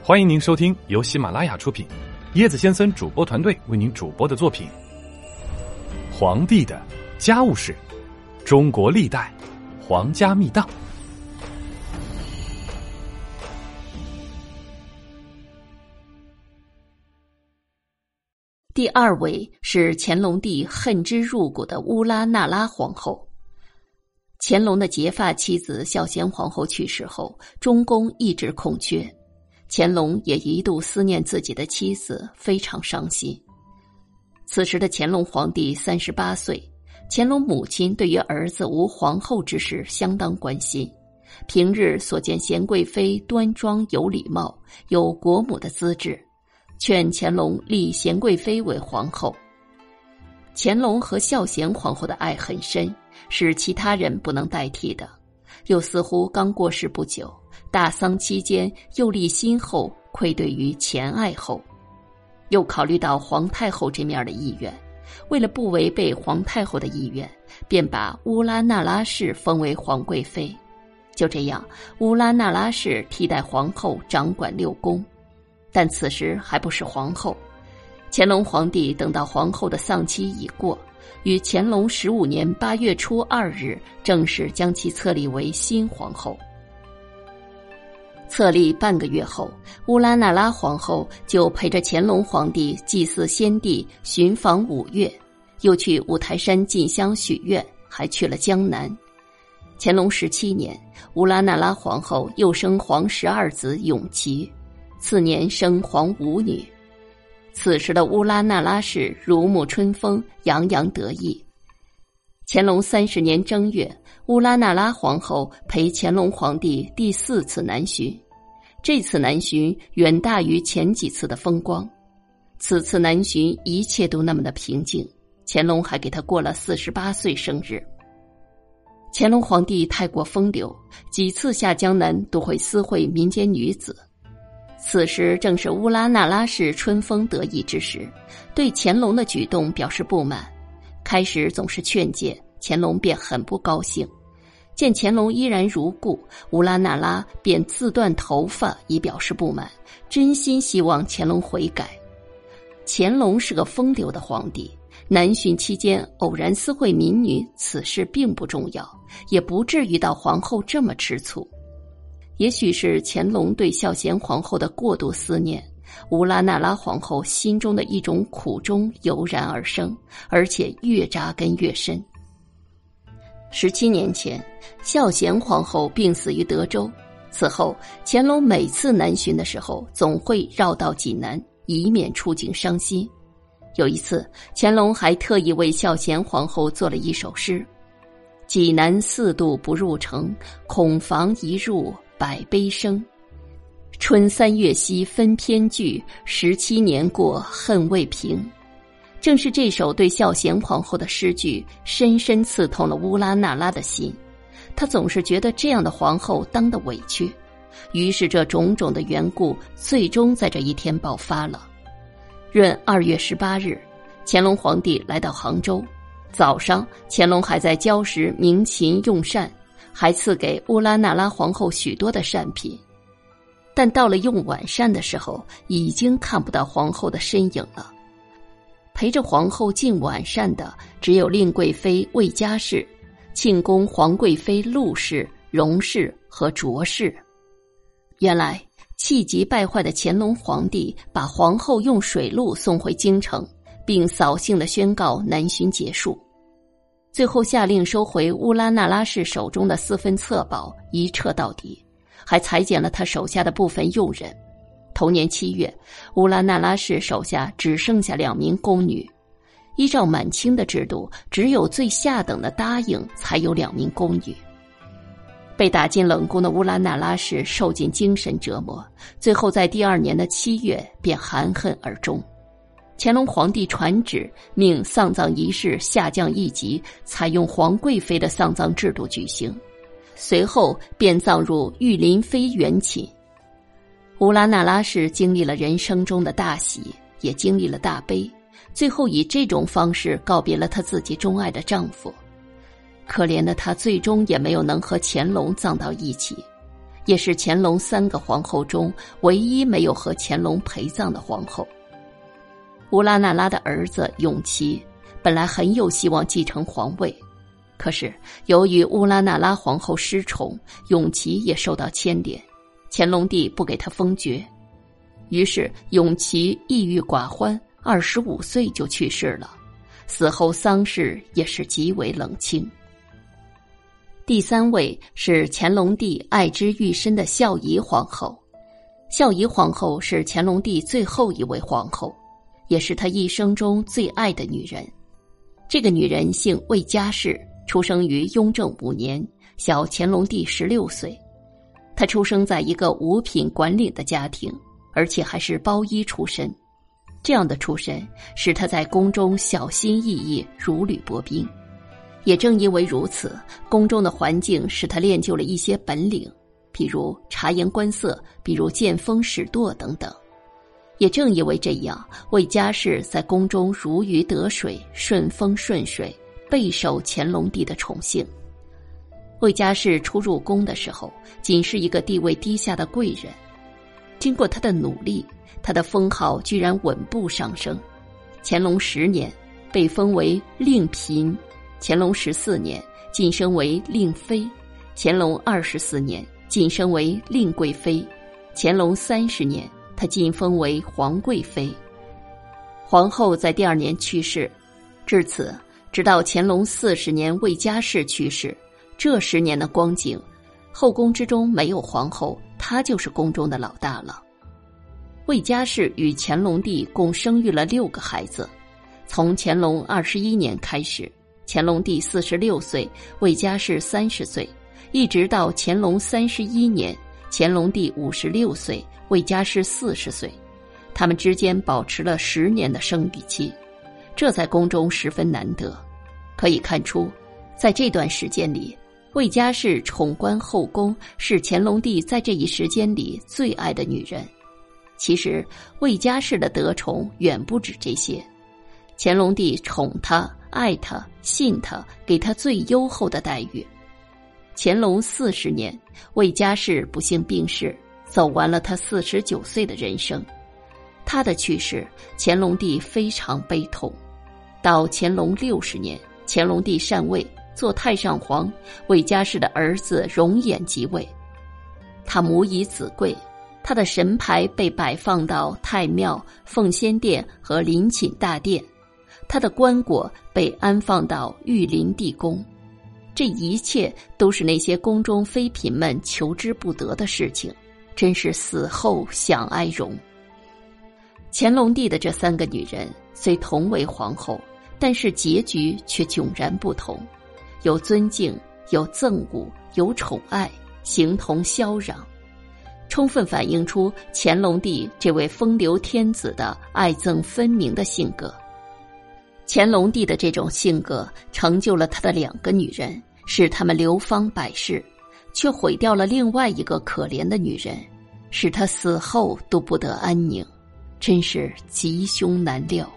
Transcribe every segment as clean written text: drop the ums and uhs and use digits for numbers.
欢迎您收听由喜马拉雅出品，椰子先生主播团队为您主播的作品《皇帝的家务事：中国历代皇家秘档》。 第二位是乾隆帝恨之入骨的乌拉那拉皇后。乾隆的结发妻子孝贤皇后去世后，中宫一直空缺，乾隆也一度思念自己的妻子，非常伤心。此时的乾隆皇帝38岁，乾隆母亲对于儿子无皇后之事相当关心，平日所见贤贵妃端庄有礼貌，有国母的资质，劝乾隆立贤贵妃为皇后。乾隆和孝贤皇后的爱很深，是其他人不能代替的。又似乎刚过世不久，大丧期间又立新后愧对于前爱后。又考虑到皇太后这面的意愿，为了不违背皇太后的意愿，便把乌拉那拉氏封为皇贵妃。就这样，乌拉那拉氏替代皇后掌管六宫，但此时还不是皇后。乾隆皇帝等到皇后的丧期已过，于乾隆15年8月初2日正式将其册立为新皇后。册立半个月后，乌拉那拉皇后就陪着乾隆皇帝祭祀先帝，巡访5月，又去五台山进香许愿，还去了江南。乾隆17年，乌拉那拉皇后又生皇12子永琪，次年生皇5女。此时的乌拉那拉氏如沐春风，洋洋得意。乾隆30年正月，乌拉那拉皇后陪乾隆皇帝第4次南巡，这次南巡远大于前几次的风光。此次南巡一切都那么的平静，乾隆还给他过了48岁生日。乾隆皇帝太过风流，几次下江南都会私会民间女子。此时正是乌拉那拉氏春风得意之时，对乾隆的举动表示不满。开始总是劝诫，乾隆便很不高兴。见乾隆依然如故，乌拉那拉便自断头发以表示不满，真心希望乾隆悔改。乾隆是个风流的皇帝，南巡期间偶然私会民女，此事并不重要，也不至于到皇后这么吃醋。也许是乾隆对孝贤皇后的过度思念，乌拉那拉皇后心中的一种苦衷油然而生，而且越扎根越深。17年前，孝贤皇后病死于德州，此后乾隆每次南巡的时候总会绕道济南，以免触景伤心。有一次，乾隆还特意为孝贤皇后做了一首诗：济南4度不入城，恐防一入百悲生。春3月兮分偏聚，17年过恨未平。正是这首对孝贤皇后的诗句，深深刺痛了乌拉那拉的心。她总是觉得这样的皇后当得委屈，于是这种种的缘故，最终在这一天爆发了。闰2月18日，乾隆皇帝来到杭州。早上，乾隆还在交时鸣琴用膳，还赐给乌拉那拉皇后许多的膳品。但到了用晚膳的时候，已经看不到皇后的身影了。陪着皇后进晚膳的只有令贵妃魏佳氏、庆宫皇贵妃陆氏、荣氏和卓氏。原来气急败坏的乾隆皇帝把皇后用水路送回京城，并扫兴地宣告南巡结束。最后下令收回乌拉那拉氏手中的4份册宝，一撤到底，还裁减了他手下的部分佣人。同年7月，乌拉那拉氏手下只剩下2名宫女。依照满清的制度，只有最下等的答应才有2名宫女。被打进冷宫的乌拉那拉氏受尽精神折磨，最后在第2年的7月便含恨而终。乾隆皇帝传旨，命丧葬仪式下降一级，采用皇贵妃的丧葬制度举行，随后便葬入玉林妃园寝。乌拉那拉氏经历了人生中的大喜，也经历了大悲，最后以这种方式告别了她自己钟爱的丈夫。可怜的她最终也没有能和乾隆葬到一起， 也是乾隆3个皇后中唯一没有和乾隆陪葬的皇后。乌拉那拉的儿子永琪本来很有希望继承皇位，可是由于乌拉那拉皇后失宠，永琪也受到牵连，乾隆帝不给他封爵，于是永琪抑郁寡欢，25岁就去世了，死后丧事也是极为冷清。第3位是乾隆帝爱之愈深的孝仪皇后。孝仪皇后是乾隆帝最后一位皇后，也是他一生中最爱的女人。这个女人姓魏佳氏，出生于雍正5年，小乾隆帝16岁。她出生在一个五品管领的家庭，而且还是包衣出身。这样的出身使她在宫中小心翼翼，如履薄冰。也正因为如此，宫中的环境使她练就了一些本领，比如察言观色，比如见风使舵等等。也正因为这样，魏佳氏在宫中如鱼得水，顺风顺水，备受乾隆帝的宠幸。魏佳氏初入宫的时候，仅是一个地位低下的贵人。经过她的努力，她的封号居然稳步上升。乾隆10年被封为令嫔，乾隆14年晋升为令妃，乾隆24年晋升为令贵妃，乾隆30年她晋封为皇贵妃。皇后在第2年去世，至此直到乾隆40年魏佳氏去世，这10年的光景，后宫之中没有皇后，她就是宫中的老大了。魏佳氏与乾隆帝共生育了6个孩子，从乾隆21年开始，乾隆帝46岁，魏佳氏30岁，一直到乾隆31年，乾隆帝56岁，魏佳氏40岁，他们之间保持了10年的生育期，这在宫中十分难得。可以看出，在这段时间里，魏佳氏宠冠后宫，是乾隆帝在这一时间里最爱的女人。其实魏佳氏的得宠远不止这些，乾隆帝宠她、爱她、信她，给她最优厚的待遇。乾隆40年，魏佳氏不幸病逝，走完了她49岁的人生。她的去世，乾隆帝非常悲痛。到乾隆60年，乾隆帝禅位，做太上皇，魏佳氏的儿子容衍即位。他母以子贵，他的神牌被摆放到太庙、奉先殿和临寝大殿，他的棺椁被安放到玉林地宫。这一切都是那些宫中妃嫔们求之不得的事情，真是死后享哀荣。乾隆帝的这3个女人虽同为皇后，但是结局却迥然不同，有尊敬，有憎恶，有宠爱，形同萧壤，充分反映出乾隆帝这位风流天子的爱憎分明的性格。乾隆帝的这种性格成就了他的2个女人，使他们流芳百世，却毁掉了另外一个可怜的女人，使她死后都不得安宁，真是吉凶难料。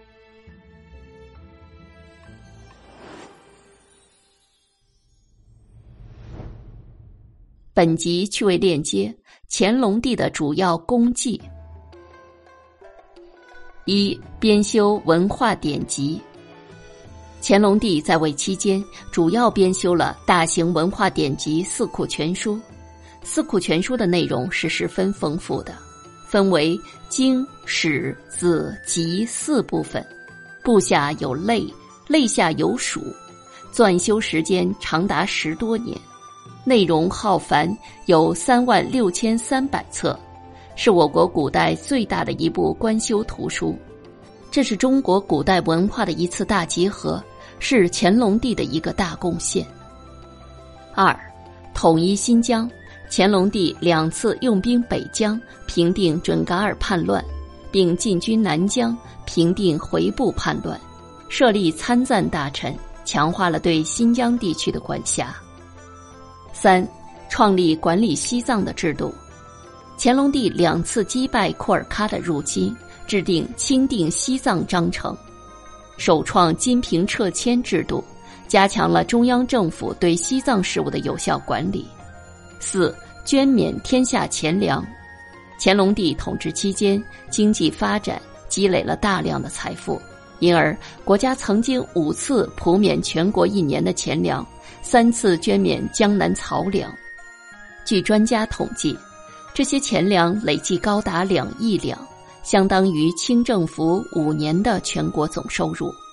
本集趣味链接：乾隆帝的主要功绩。1. 编修文化典籍。乾隆帝在位期间，主要编修了大型文化典籍《四库全书》。《四库全书》的内容是十分丰富的，分为经、史、子、集4部分，部下有类，类下有属，纂修时间长达10多年，内容浩繁，有36300册，是我国古代最大的一部官修图书。这是中国古代文化的一次大结合，是乾隆帝的一个大贡献。2. 统一新疆。乾隆帝2次用兵北疆，平定准噶尔叛乱，并进军南疆，平定回部叛乱，设立参赞大臣，强化了对新疆地区的管辖。3. 创立管理西藏的制度。乾隆帝2次击败库尔喀的入侵，制定钦定西藏章程，首创金瓶撤迁制度，加强了中央政府对西藏事务的有效管理。4. 捐免天下钱粮。乾隆帝统治期间，经济发展，积累了大量的财富，因而国家曾经5次普免全国1年的钱粮，3次捐免江南漕粮。据专家统计，这些钱粮累计高达2亿两，相当于清政府5年的全国总收入。